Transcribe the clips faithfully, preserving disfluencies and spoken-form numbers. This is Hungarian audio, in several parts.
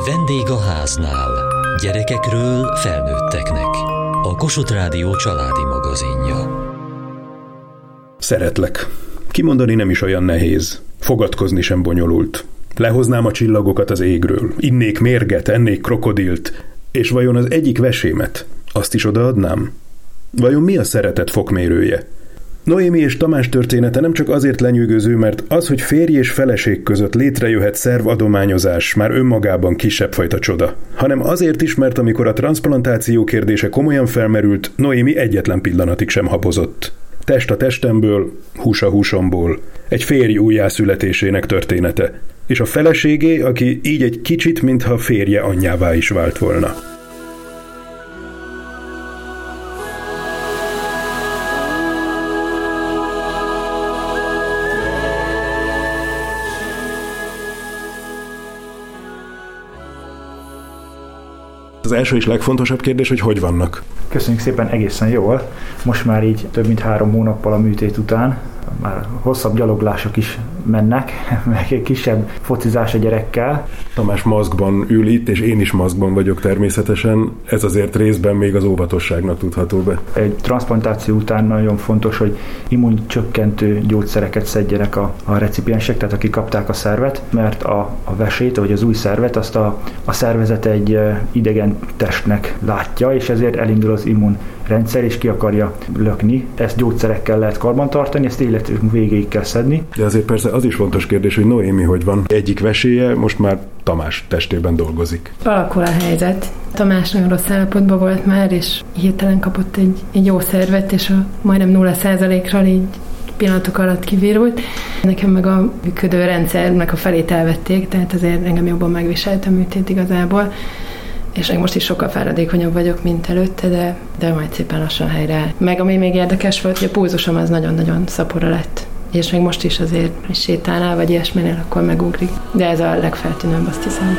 Vendég a háznál. Gyerekekről felnőtteknek. A Kossuth Rádió családi magazinja. Szeretlek. Kimondani nem is olyan nehéz. Fogadkozni sem bonyolult. Lehoznám a csillagokat az égről. Innék mérget, ennék krokodilt. És vajon az egyik vesémet, azt is odaadnám? Vajon mi a szeretet fokmérője? Noémi és Tamás története nem csak azért lenyűgöző, mert az, hogy férj és feleség között létrejöhet szervadományozás, már önmagában kisebb fajta csoda, hanem azért is, mert amikor a transzplantáció kérdése komolyan felmerült, Noémi egyetlen pillanatig sem habozott. Test a testemből, hús a húsomból. Egy férj újjászületésének története. És a feleségé, aki így egy kicsit, mintha férje anyjává is vált volna. Az első és legfontosabb kérdés, hogy hogy vannak? Köszönjük szépen, egészen jól. Most már így több mint három hónappal a műtét után már hosszabb gyaloglások is mennek, meg egy kisebb focizás a gyerekkel. Tamás maszkban ül itt, és én is maszkban vagyok természetesen. Ez azért részben még az óvatosságnak tudható be. Egy transzplantáció után nagyon fontos, hogy immuncsökkentő gyógyszereket szedjenek a, a recipiensek, tehát akik kapták a szervet, mert a, a vesét, vagy az új szervet, azt a, a szervezet egy idegen testnek látja, és ezért elindul az immunrendszer, és ki akarja lökni. Ezt gyógyszerekkel lehet karbantartani, ezt életünk végéig kell szedni. De azért persze az is fontos kérdés, hogy Noémi hogy van. Egyik veséje most már Tamás testében dolgozik. Alakul a helyzet. Tamás nagyon rossz állapotban volt már, és hirtelen kapott egy, egy jó szervet, és a majdnem nulla százalékról így pillanatok alatt kivirult. Nekem meg a működő rendszernek a felét elvették, tehát azért engem jobban megviselt a műtét igazából. És még most is sokkal fáradékonyabb vagyok, mint előtte, de, de majd szépen lassan helyreáll. Meg ami még érdekes volt, hogy a pulzusom az nagyon-nagyon szapora lett. És még most is azért, hogy sétálnál, vagy ilyesminél, akkor megugrik. De ez a legfeltűnőbb, azt hiszem.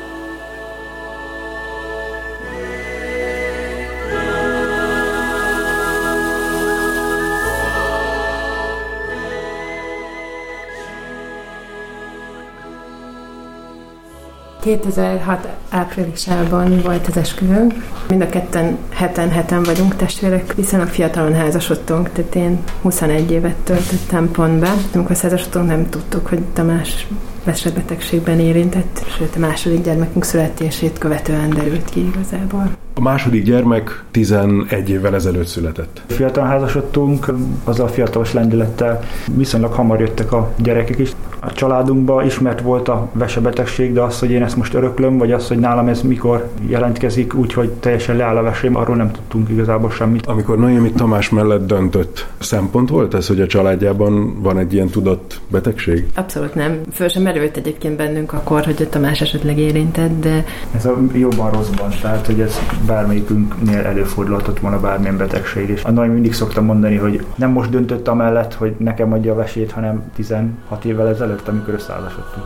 kétezer-hat áprilisában volt az esküvőnk. Mind a ketten heten-heten vagyunk testvérek, viszonylag fiatalon házasodtunk, tehát én huszonegy évet töltöttem pont be. Amikor házasodtunk, nem tudtuk, hogy Tamás vesebetegségben érintett, sőt a második gyermekünk születését követően derült ki igazából. A második gyermek tizenegy évvel ezelőtt született. Fiatal házasodtunk, azzal a fiatalos lendülettel viszonylag hamar jöttek a gyerekek is. A családunkban ismert volt a vesebetegség, de az, hogy én ezt most öröklöm, vagy az, hogy nálam ez mikor jelentkezik, úgyhogy teljesen leáll a vesém, arról nem tudtunk igazából semmit. Amikor Noémi Tamás mellett döntött, szempont volt ez, hogy a családjában van egy ilyen tudott betegség? Abszolút nem. Föl sem merült egyébként bennünk akkor, hogy a Tamás esetleg érintett, de... Ez a jóban rosszban, tehát hogy ez bármelyikünknél előfordulhatott volna bármilyen betegség. És a Noémi mindig szoktam mondani, hogy nem most döntött amellett, hogy nekem adja a vesét, hanem tizenhat évvel ezelőtt, amikor összeházasodtunk.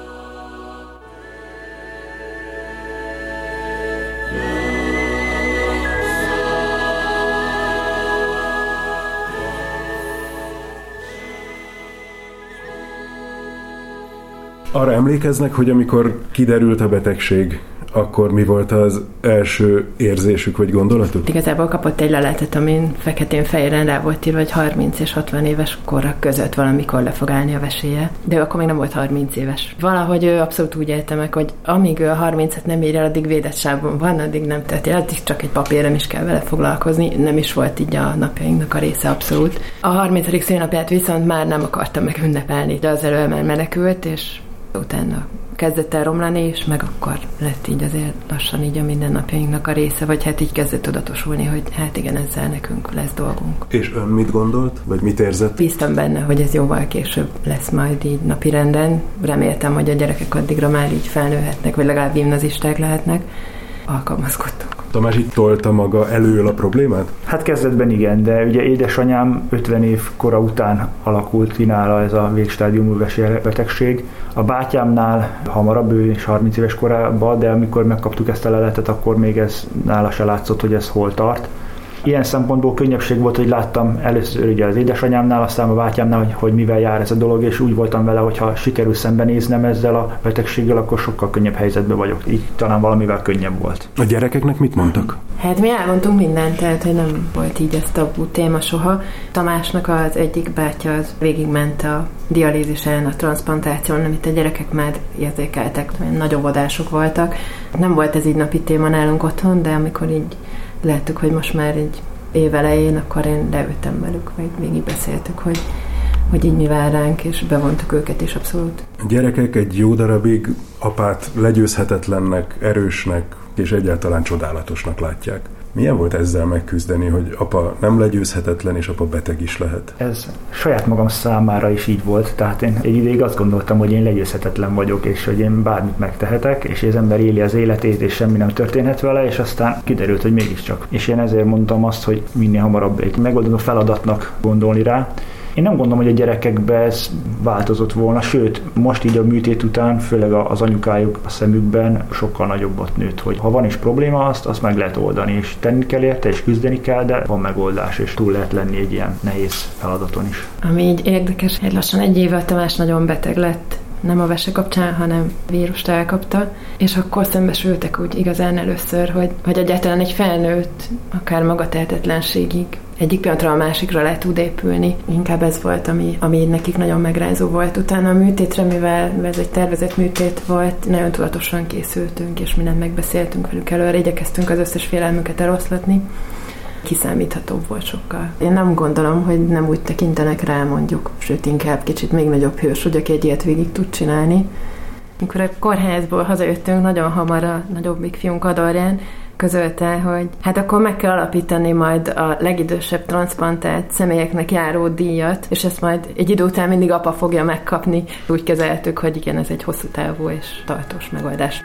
Arra emlékeznek, hogy amikor kiderült a betegség, akkor mi volt az első érzésük vagy gondolatuk? Igazából kapott egy leletet, amin feketén-fehéren rá volt írva, hogy harminc és hatvan éves korak között valamikor le fog állni a veséje. De ő akkor még nem volt harminc éves. Valahogy ő abszolút úgy élte meg, hogy amíg ő a harmincat nem ér el, addig védett sávban van, addig nem teheti, addig csak egy papíron is kell vele foglalkozni. Nem is volt így a napjainknak a része abszolút. A harmincadik szülinapját viszont már nem akartam meg ünnepelni, de az elől már menekült, és utána kezdett el romlani, és meg akkor lett így azért lassan így a mindennapjainknak a része, vagy hát így kezdett tudatosulni, hogy hát igen, ezzel nekünk lesz dolgunk. És ön mit gondolt, vagy mit érzett? Bíztam benne, hogy ez jóval később lesz majd így napirenden. Reméltem, hogy a gyerekek addigra már így felnőhetnek, vagy legalább gimnazisták lehetnek. Alkalmazkodtunk. Tamás itt tolta maga elől a problémát? Hát kezdetben igen, de ugye édesanyám ötven év kora után alakult ki nála ez a végstádiumú vesélybetegség. A bátyámnál hamarabb, ő is harminc éves korában, de amikor megkaptuk ezt a leletet, akkor még ez nála se látszott, hogy ez hol tart. Ilyen szempontból könnyebbség volt, hogy láttam először ugye az édesanyámnál, aztán a bátyámnál, hogy, hogy mivel jár ez a dolog, és úgy voltam vele, hogy ha sikerül szembenéznem ezzel a betegséggel, akkor sokkal könnyebb helyzetben vagyok. Így talán valamivel könnyebb volt. A gyerekeknek mit mondtak? Hát mi elmondtunk mindent, tehát hogy nem volt így ez tabú téma soha. Tamásnak az egyik bátyja az végigment a dialízisen, a transzplantáción, amit a gyerekek már érzékeltek, nagy óvodások voltak. Nem volt ez így napi téma nálunk otthon, de amikor így láttuk, hogy most már egy év elején, akkor én leültem velük, vagy végig beszéltük, hogy, hogy így mi vár ránk, és bevontuk őket is abszolút. A gyerekek egy jó darabig apát legyőzhetetlennek, erősnek, és egyáltalán csodálatosnak látják. Milyen volt ezzel megküzdeni, hogy apa nem legyőzhetetlen, és apa beteg is lehet? Ez saját magam számára is így volt, tehát én egy ideig azt gondoltam, hogy én legyőzhetetlen vagyok, és hogy én bármit megtehetek, és az ember éli az életét, és semmi nem történhet vele, és aztán kiderült, hogy mégiscsak. És én ezért mondtam azt, hogy minél hamarabb egy megoldandó feladatnak gondolni rá. Én nem gondolom, hogy a gyerekekben ez változott volna, sőt, most így a műtét után, főleg az anyukájuk a szemükben sokkal nagyobbat nőtt, hogy ha van is probléma, azt, azt meg lehet oldani, és tenni kell érte, és küzdeni kell, de van megoldás, és túl lehet lenni egy ilyen nehéz feladaton is. Ami így érdekes, hogy lassan egy éve Tamás nagyon beteg lett, nem a vese kapcsán, hanem vírust elkapta, és akkor szembesültek úgy igazán először, hogy, hogy egyáltalán egy felnőtt, akár magatehetetlenségig egyik pillanatra a másikra le tud épülni. Inkább ez volt, ami, ami nekik nagyon megrázó volt. Utána a műtétre, mivel ez egy tervezett műtét volt, nagyon tudatosan készültünk, és mindent megbeszéltünk velük előre, igyekeztünk az összes félelmüket eloszlatni. Kiszámíthatóbb volt sokkal. Én nem gondolom, hogy nem úgy tekintenek rá, mondjuk, sőt inkább kicsit még nagyobb hős, hogy aki egy ilyet végig tud csinálni. Mikor a kórházból hazajöttünk, nagyon hamar a nagyobbik fiunk Adorján közölte, hogy hát akkor meg kell alapítani majd a legidősebb transzplantált személyeknek járó díjat, és ezt majd egy idő után mindig apa fogja megkapni. Úgy kezeltük, hogy igen, ez egy hosszú távú és tartós megoldás.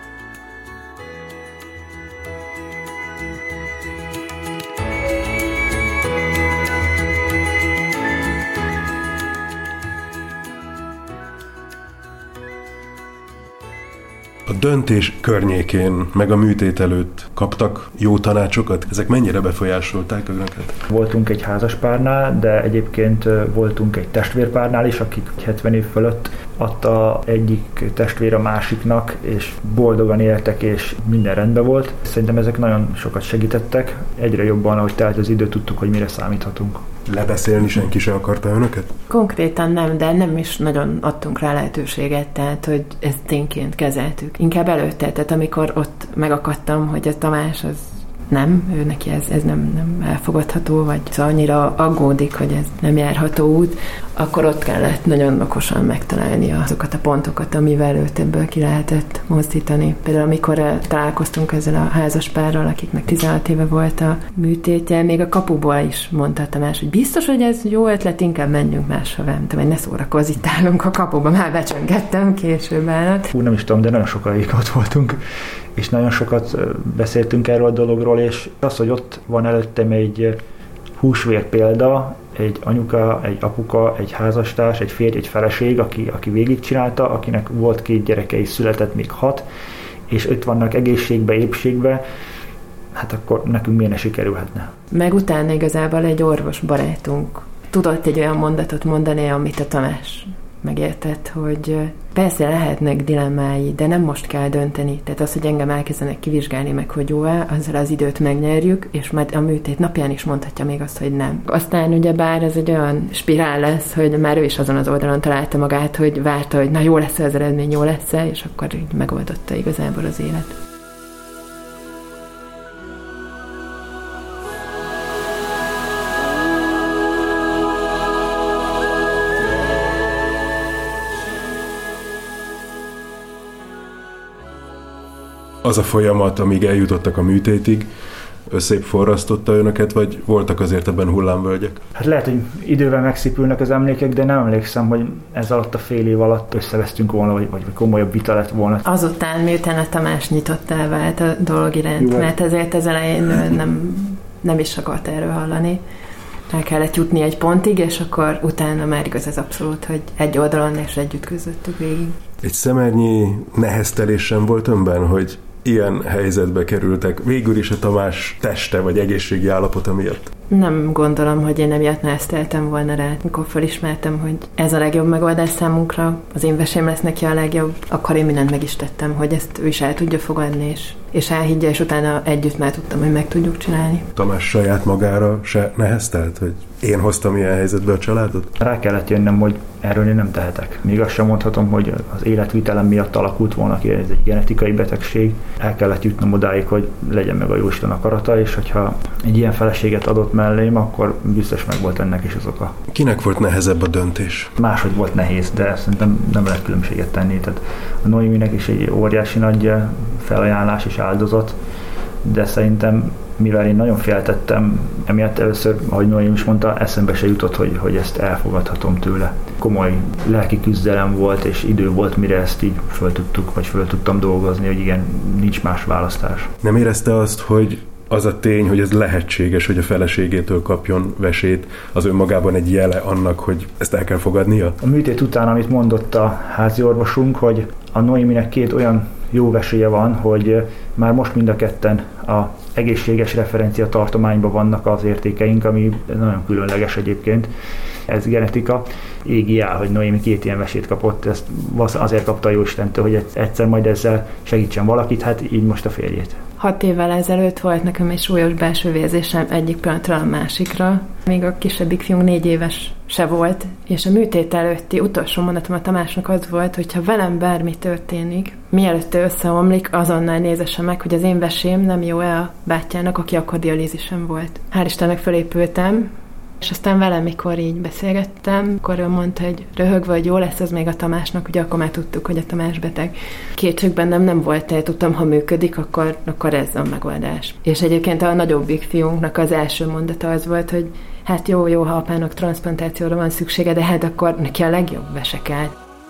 A döntés környékén, meg a műtét előtt kaptak jó tanácsokat? Ezek mennyire befolyásolták önöket? Voltunk egy házaspárnál, de egyébként voltunk egy testvérpárnál is, akik hetven év fölött adta egyik testvér a másiknak, és boldogan éltek, és minden rendben volt. Szerintem ezek nagyon sokat segítettek. Egyre jobban, ahogy telt az idő, tudtuk, hogy mire számíthatunk. Lebeszélni senki se akarta önöket? Konkrétan nem, de nem is nagyon adtunk rá lehetőséget, tehát, hogy ezt tényként kezeltük. Inkább előtte, tehát amikor ott megakadtam, hogy a Tamás az nem, ő neki ez, ez nem, nem elfogadható, vagy szóval annyira aggódik, hogy ez nem járható út, akkor ott kellett nagyon okosan megtalálni azokat a pontokat, amivel őt ebből ki lehetett mozdítani. Például amikor találkoztunk ezzel a házaspárral, akiknek tizenhat éve volt a műtétje, még a kapuból is mondta Tamás, hogy biztos, hogy ez jó ötlet, inkább menjünk máshová. Nem tudom, hogy ne szórakozz, itt állunk a kapuba, már becsöngettem, később állat. Hú, nem is tudom, de nagyon sokáig ott voltunk, és nagyon sokat beszéltünk erről a dologról, és az, hogy ott van előttem egy húsvér példa, egy anyuka, egy apuka, egy házastárs, egy férj, egy feleség, aki, aki végigcsinálta, akinek volt két gyereke is, született még hat, és ott vannak egészségbe, épségbe, hát akkor nekünk miért ne sikerülhetne. Meg utána igazából egy orvos barátunk tudott egy olyan mondatot mondani, amit a Tamás megértett, hogy persze lehetnek dilemmái, de nem most kell dönteni. Tehát az, hogy engem elkezdenek kivizsgálni meg, hogy jó-e, azzal az időt megnyerjük, és majd a műtét napján is mondhatja még azt, hogy nem. Aztán ugye bár ez egy olyan spirál lesz, hogy már ő is azon az oldalon találta magát, hogy várta, hogy na jó lesz az eredmény, jó lesz, és akkor így megoldotta igazából az élet. Az a folyamat, amíg eljutottak a műtétig, összép forrasztotta önöket, vagy voltak azért ebben hullámvölgyek? Hát lehet, hogy idővel megszépülnek az emlékek, de nem emlékszem, hogy ez alatt a fél év alatt összevesztünk volna, vagy, vagy komolyabb vita lett volna. Azután, miután a Tamás nyitottá vált a dolog iránt, jó, mert ezért az elején nem, nem is akart erről hallani. El kellett jutni egy pontig, és akkor utána már igaz ez abszolút, hogy egy oldalon és együtt közöttük végig. Egy szemernyi neheztelés sem volt önben, hogy ilyen helyzetbe kerültek? Végül is a Tamás teste vagy egészségi állapota miatt? Nem gondolom, hogy én emiatt nehezteltem volna rá. Mikor felismertem, hogy ez a legjobb megoldás számunkra, az én vesém lesz neki a legjobb, akkor én mindent meg is tettem, hogy ezt ő is el tudja fogadni, és, és elhiggye, és utána együtt már tudtam, hogy meg tudjuk csinálni. Tamás saját magára se neheztelt, hogy én hoztam ilyen helyzetbe a családot? Rá kellett jönnöm, hogy erről én nem tehetek. Még azt sem mondhatom, hogy az életvitelem miatt alakult volna ki, ez egy genetikai betegség. El kellett jutnom odáig, hogy legyen meg a Jóisten akarata, és hogyha egy ilyen feleséget adott mellém, akkor biztos meg volt ennek is az oka. Kinek volt nehezebb a döntés? Máshogy volt nehéz, de szerintem nem lehet különbséget tenni. Tehát a Noéminek is egy óriási nagy felajánlás és áldozat, de szerintem, mivel én nagyon féltettem, emiatt először, ahogy Noémi is mondta, eszembe se jutott, hogy, hogy ezt elfogadhatom tőle. Komoly lelki küzdelem volt, és idő volt, mire ezt így föl tudtuk, vagy föl tudtam dolgozni, hogy igen, nincs más választás. Nem érezte azt, hogy az a tény, hogy ez lehetséges, hogy a feleségétől kapjon vesét, az önmagában egy jele annak, hogy ezt el kell fogadnia? A műtét után, amit mondott a házi orvosunk, hogy a Noéminek két olyan jó veséje van, hogy már most mind a ketten a egészséges referencia tartományban vannak az értékeink, ami nagyon különleges egyébként. Ez genetika. Égi áll, hogy Noémi két ilyen vesét kapott, ezt azért kapta a Jóistentől, hogy egyszer majd ezzel segítsen valakit, hát így most a férjét. Hat évvel ezelőtt volt nekem egy súlyos belső vérzésem egyik pillanatról a másikra. Még a kisebbik fiunk négy éves se volt, és a műtét előtti utolsó mondatom a Tamásnak az volt, hogy ha velem bármi történik, mielőtt összeomlik, azonnal nézesse meg, hogy az én vesém nem jó-e a bátyjának, aki akkor dialízisen volt. Hál' Istennek fölépültem, és aztán velem, mikor így beszélgettem, akkor ő mondta, hogy röhögve, hogy jó lesz az még a Tamásnak, ugye akkor már tudtuk, hogy a Tamás beteg. Kétség bennem nem volt, tehát tudtam, ha működik, akkor, akkor ez a megoldás. És egyébként a nagyobbik fiunknak az első mondata az volt, hogy hát jó, jó, ha apának transzplantációra van szüksége, de hát akkor neki a legjobb vese kell.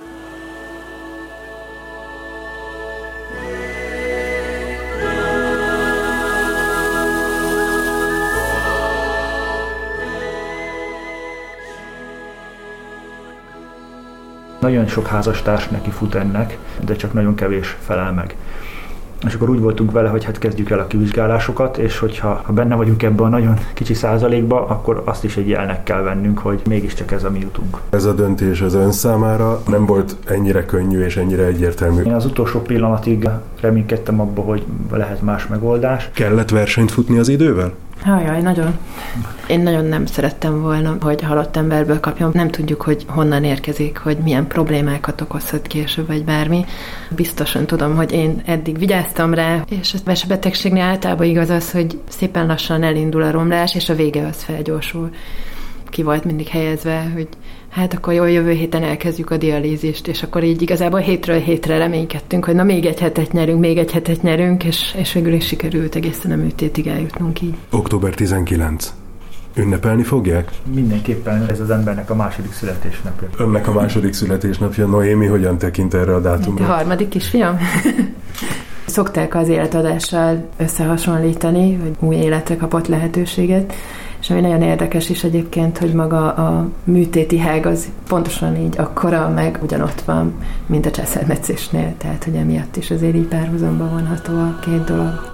Nagyon sok házastárs neki fut ennek, de csak nagyon kevés felel meg. És akkor úgy voltunk vele, hogy hát kezdjük el a kivizsgálásokat, és hogyha ha benne vagyunk ebben a nagyon kicsi százalékba, akkor azt is egy jelnek kell vennünk, hogy mégiscsak ez a mi utunk. Ez a döntés az ön számára nem volt ennyire könnyű és ennyire egyértelmű. Én az utolsó pillanatig reménykedtem abba, hogy lehet más megoldás. Kellett versenyt futni az idővel? Hajjaj, nagyon. Én nagyon nem szerettem volna, hogy halott emberből kapjam. Nem tudjuk, hogy honnan érkezik, hogy milyen problémákat okozhat később, vagy bármi. Biztosan tudom, hogy én eddig vigyáztam rá, és a vesebetegségnél általában igaz az, hogy szépen lassan elindul a romlás, és a vége az felgyorsul. Ki volt mindig helyezve, hogy hát akkor jó, jövő héten elkezdjük a dialízist, és akkor így igazából hétről hétre reménykedtünk, hogy na még egy hetet nyerünk, még egy hetet nyerünk, és, és végül is sikerült egészen a műtétig eljutnunk így. október tizenkilencedike. Ünnepelni fogják? Mindenképpen ez az embernek a második születésnapja. Önnek a második születésnapja. Noémi hogyan tekint erre a dátumra? A harmadik kisfiam? Szokták az életadással összehasonlítani, hogy új életre kapott lehetőséget, és ami nagyon érdekes is egyébként, hogy maga a műtéti hág az pontosan így akkora, meg ugyanott van, mint a császármetszésnél, tehát hogy emiatt is azért így párhuzamba vonható a két dolog.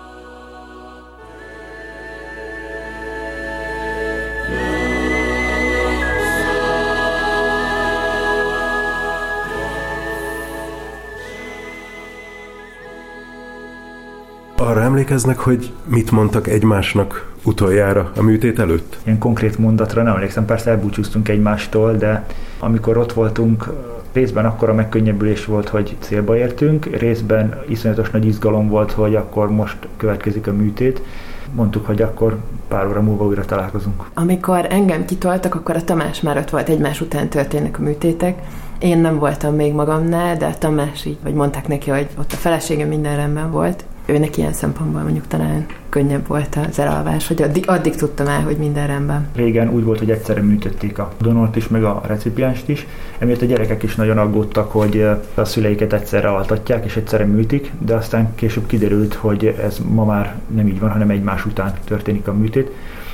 Arra emlékeznek, hogy mit mondtak egymásnak utoljára a műtét előtt? Ilyen konkrét mondatra nem emlékszem, persze elbúcsúztunk egymástól, de amikor ott voltunk, részben akkora megkönnyebbülés volt, hogy célba értünk, részben iszonyatos nagy izgalom volt, hogy akkor most következik a műtét. Mondtuk, hogy akkor pár óra múlva újra találkozunk. Amikor engem kitoltak, akkor a Tamás már ott volt, egymás után történnek a műtétek. Én nem voltam még magamnál, de a Tamás így, vagy mondták neki, hogy ott a feleségem minden rendben volt. Őnek ilyen szempontból mondjuk talán könnyebb volt az elalvás, hogy addig, addig tudtam el, hogy minden rendben. Régen úgy volt, hogy egyszerre műtötték a donort is, meg a recipienst is. Emiatt a gyerekek is nagyon aggódtak, hogy a szüleiket egyszerre altatják és egyszerre műtik, de aztán később kiderült, hogy ez ma már nem így van, hanem egymás után történik a műtét.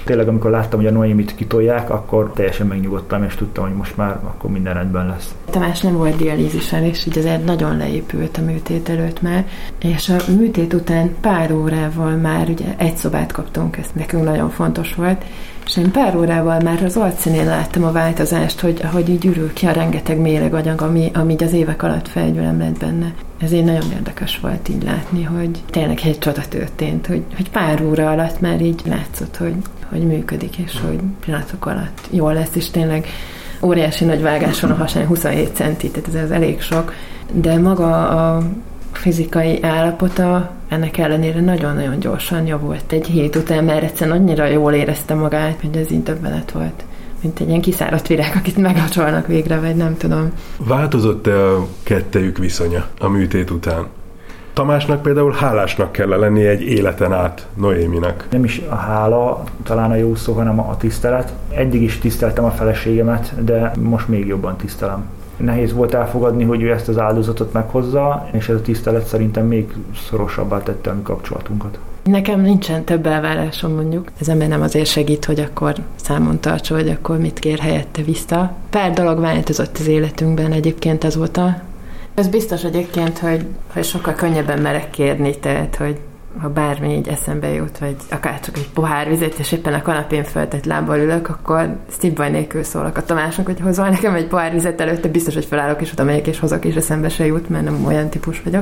Tényleg, amikor láttam, hogy a Noémit kitolják, akkor teljesen megnyugodtam, és tudtam, hogy most már akkor minden rendben lesz. Tamás nem volt dialízisen, és így azért nagyon leépült a műtét előtt már, és a műtét után pár órával már ugye egy szobát kaptunk, ez nekünk nagyon fontos volt, és én pár órával már az arcszínén láttam a változást, hogy ahogy így ürül ki a rengeteg méreganyag, ami, ami az évek alatt felgyülemlett benne. Ez így nagyon érdekes volt így látni, hogy tényleg egy csoda történt, hogy, hogy pár óra alatt már így látszott, hogy, hogy működik, és hogy pillanatok alatt jól lesz, és tényleg óriási nagy vágáson a hasán, huszonhét centi, tehát ez az elég sok, de maga a fizikai állapota ennek ellenére nagyon-nagyon gyorsan javult. Egy hét után már egyszerűen annyira jól érezte magát, hogy ez így döbbenet volt. Mint egy ilyen kiszáradt virág, akit meghacsolnak végre, vagy nem tudom. Változott-e a kettejük viszonya a műtét után? Tamásnak például hálásnak kell lennie egy életen át Noéminak. Nem is a hála, talán a jó szó, hanem a tisztelet. Eddig is tiszteltem a feleségemet, de most még jobban tisztelem. Nehéz volt elfogadni, hogy ő ezt az áldozatot meghozza, és ez a tisztelet szerintem még szorosabbá tette a mi kapcsolatunkat. Nekem nincsen több elvárásom mondjuk. Ez ember nem azért segít, hogy akkor számon tartsa, vagy akkor mit kér helyette vissza. Pár dolog változott az életünkben egyébként azóta. Ez biztos egyébként, hogy, hogy sokkal könnyebben merek kérni, tehát, hogy ha bármi így eszembe jut, vagy akár csak egy pohár vizet, és éppen a kanapén föltett lábbal ülök, akkor szívbaj nélkül szólok a Tamásnak, hogy hozol nekem egy pohár vizet előtte, biztos, hogy felállok, és oda megyek, és hozok, és eszembe se jut, mert nem olyan típus vagyok.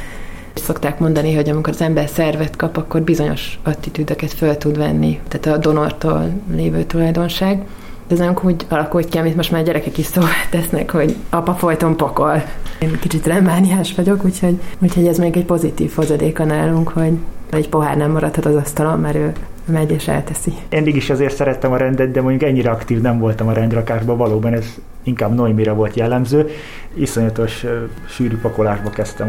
Szokták mondani, hogy amikor az ember szervet kap, akkor bizonyos attitűdöket föl tud venni, tehát a donortól lévő tulajdonság. De ez nem úgy alakult ki, amit most már gyerekek is szóvá tesznek, hogy apa folyton pakol. Én kicsit remániás vagyok, úgyhogy, úgyhogy ez még egy pozitív hozadéka nálunk, hogy egy pohár nem maradhat az asztalon, mert ő megy és elteszi. Eddig is azért szerettem a rendet, de mondjuk ennyire aktív nem voltam a rendrakásban, valóban ez inkább Noémire volt jellemző. Iszonyatos uh, sűrű pakolásba kezdtem.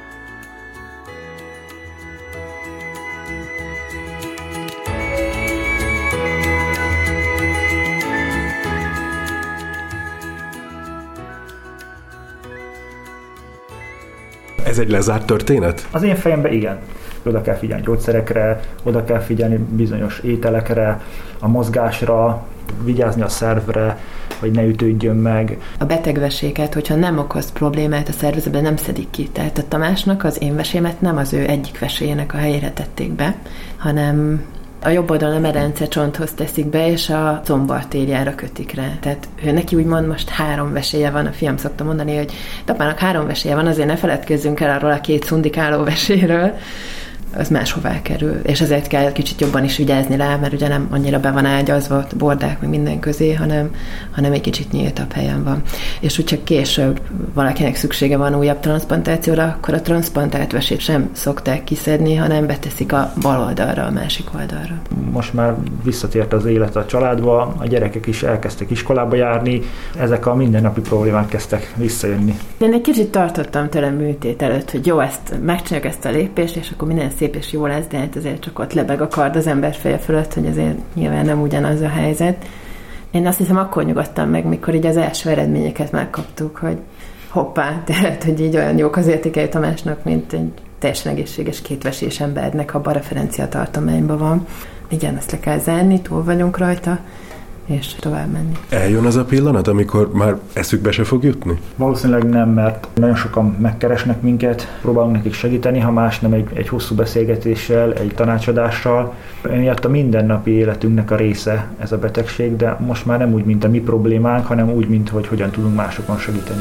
Ez egy lezárt történet? Az én fejemben igen. Oda kell figyelni gyógyszerekre, oda kell figyelni bizonyos ételekre, a mozgásra, vigyázni a szervre, hogy ne ütődjön meg. A betegveséket, hogyha nem okoz problémát a szervezetben, nem szedik ki. Tehát a Tamásnak az én vesémet nem az ő egyik veséjének a helyére tették be, hanem a jobb oldalon a medence csonthoz teszik be, és a combartériára kötik rá. Tehát ő neki úgymond most három veséje van, a fiam szokta mondani, hogy apának három veséje van, azért ne feledkezzünk el arról a két szundikáló veséről, az máshová kerül, és ezért kell kicsit jobban is vigyázni rá, mert ugye nem annyira be van ágyazva, bordák meg minden közé, hanem, hanem egy kicsit nyíltabb helyen van. És hogyha később valakinek szüksége van újabb transzplantációra, akkor a transzplantált vesét sem szokták kiszedni, hanem beteszik a bal oldalra, a másik oldalra. Most már visszatért az élet a családba, a gyerekek is elkezdtek iskolába járni, ezek a mindennapi problémák kezdtek visszajönni. Én egy kicsit tartottam tőle műtét előtt, hogy jó, ezt megcsináljuk ezt a lépést, és akkor minden szép és jó lesz, de hát azért csak ott lebeg a kard az ember feje fölött, hogy azért nyilván nem ugyanaz a helyzet. Én azt hiszem, akkor nyugodtam meg, mikor így az első eredményeket megkaptuk, hogy hoppá, tehát, hogy így olyan jók az értékei Tamásnak, mint egy teljesen egészséges kétvesés embernek, ha a referencia tartományban van. Igen, ezt le kell zárni, túl vagyunk rajta, és tovább menni. Eljön az a pillanat, amikor már eszükbe se fog jutni? Valószínűleg nem, mert nagyon sokan megkeresnek minket, próbálunk nekik segíteni, ha más nem egy, egy hosszú beszélgetéssel, egy tanácsadással. Emiatt a mindennapi életünknek a része ez a betegség, de most már nem úgy, mint a mi problémánk, hanem úgy, mint hogy hogyan tudunk másokon segíteni.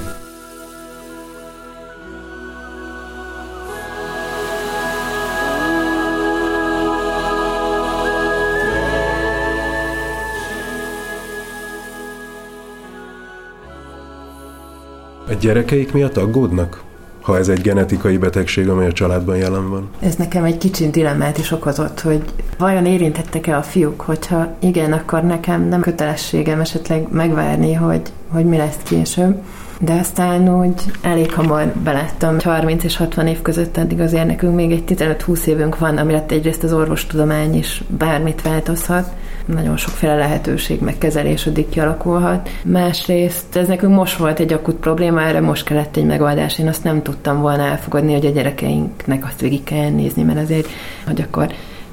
A gyerekeik miatt aggódnak? Ha ez egy genetikai betegség, amely a családban jelen van? Ez nekem egy kicsit dilemmát is okozott, hogy vajon érintettek-e a fiúk, hogyha igen, akkor nekem nem kötelességem esetleg megvárni, hogy, hogy mi lesz később. De aztán úgy elég hamar beláttam, hogy harminc és hatvan év között addig azért nekünk még egy tizenöt-húsz évünk van, amire egyrészt az orvostudomány is bármit változhat. Nagyon sokféle lehetőség meg kezelés addig kialakulhat. Másrészt ez nekünk most volt egy akut probléma, erre most kellett egy megoldás. Én azt nem tudtam volna elfogadni, hogy a gyerekeinknek azt végig kell nézni, mert azért, hogy akkor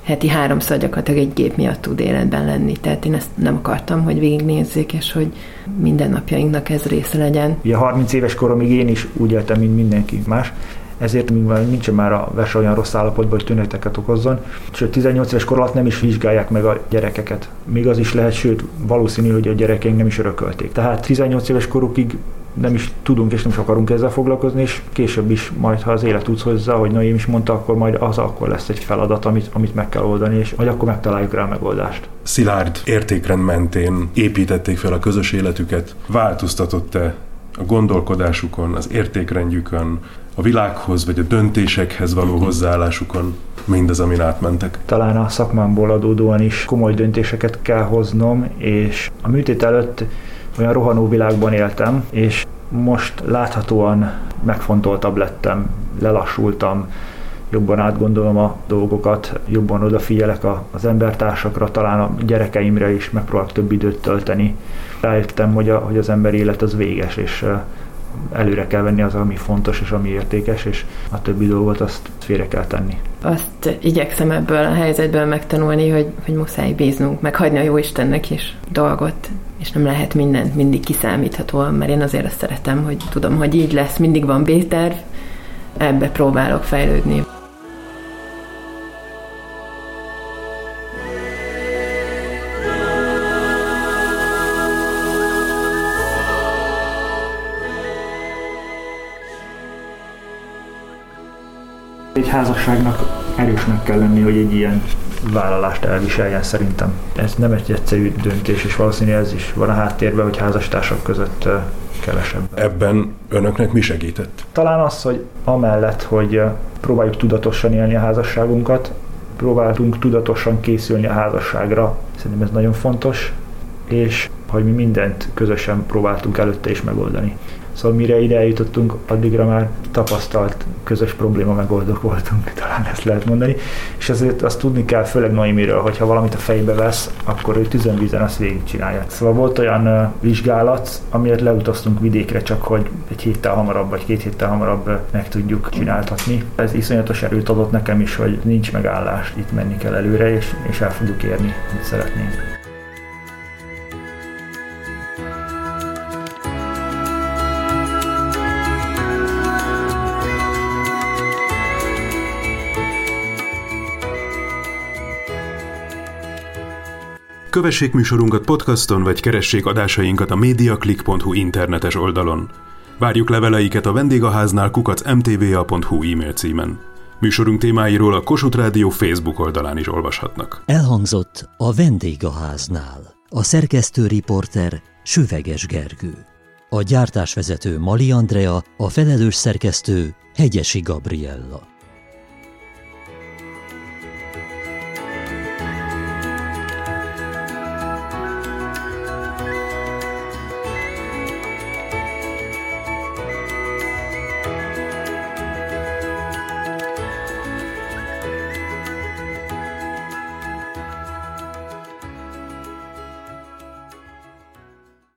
heti háromszor gyakorlatilag egy gép miatt tud életben lenni. Tehát én ezt nem akartam, hogy végignézzék, és hogy mindennapjainknak ez része legyen. Ugye harminc éves koromig én is úgy éltem, mint mindenki más, ezért mivel nincs már a vese olyan rossz állapotban, hogy tüneteket okozzon. Sőt, tizennyolc éves kor alatt nem is vizsgálják meg a gyerekeket. Még az is lehet, sőt, valószínű, hogy a gyerekeink nem is örökölték. Tehát tizennyolc éves korukig nem is tudunk és nem is akarunk ezzel foglalkozni, és később is majd, ha az élet úgy hozza, hogy Noém is mondta, akkor majd az akkor lesz egy feladat, amit, amit meg kell oldani, és vagy akkor megtaláljuk rá a megoldást. Szilárd értékrend mentén építették fel a közös életüket. Változtatott-e a gondolkodásukon, az értékrendjükön, a világhoz vagy a döntésekhez való hozzáállásukon mindaz, amin átmentek? Talán a szakmámból adódóan is komoly döntéseket kell hoznom, és a műtét előtt olyan rohanó világban éltem, és most láthatóan megfontoltabb lettem, lelassultam, jobban átgondolom a dolgokat, jobban odafigyelek az embertársakra, talán a gyerekeimre is megpróbálok több időt tölteni. Rájöttem, hogy, a, hogy az ember élet az véges, és előre kell venni az, ami fontos és ami értékes, és a többi dolgot azt félre kell tenni. Azt igyekszem ebből a helyzetből megtanulni, hogy, hogy muszáj bíznunk, meg hagyni a Jóistennek is dolgot, és nem lehet mindent mindig kiszámíthatóan, mert én azért azt szeretem, hogy tudom, hogy így lesz, mindig van B-terv, ebbe próbálok fejlődni. Egy házasságnak erősnek kell lenni, hogy egy ilyen vállalást elviseljen szerintem. Ez nem egy egyszerű döntés, és valószínűleg ez is van a háttérben, hogy házastársak között kevesebb. Ebben önöknek mi segített? Talán az, hogy amellett, hogy próbáljuk tudatosan élni a házasságunkat, próbáltunk tudatosan készülni a házasságra. Szerintem ez nagyon fontos, és hogy mi mindent közösen próbáltunk előtte is megoldani. Szóval mire ide eljutottunk, addigra már tapasztalt közös probléma megoldók voltunk, talán ezt lehet mondani. És ezért azt tudni kell, főleg Noémiről, hogyha valamit a fejbe vesz, akkor ő tüzönvízen azt végigcsinálja. Szóval volt olyan uh, vizsgálat, amiért leutaztunk vidékre, csak hogy egy héttel hamarabb, vagy két héttel hamarabb uh, meg tudjuk csináltatni. Ez iszonyatos erőt adott nekem is, hogy nincs megállás, itt menni kell előre, és, és el fogjuk érni, mit szeretnénk. Kövessék műsorunkat podcaston, vagy keressék adásainkat a mediaclick pont hu internetes oldalon. Várjuk leveleiket a vendégháznál kukac em té vé á pont hu e-mail címen. Műsorunk témáiról a Kossuth Rádió Facebook oldalán is olvashatnak. Elhangzott a Vendégháznál. A szerkesztő riporter Süveges Gergő. A gyártásvezető Mali Andrea, a felelős szerkesztő Hegyesi Gabriella.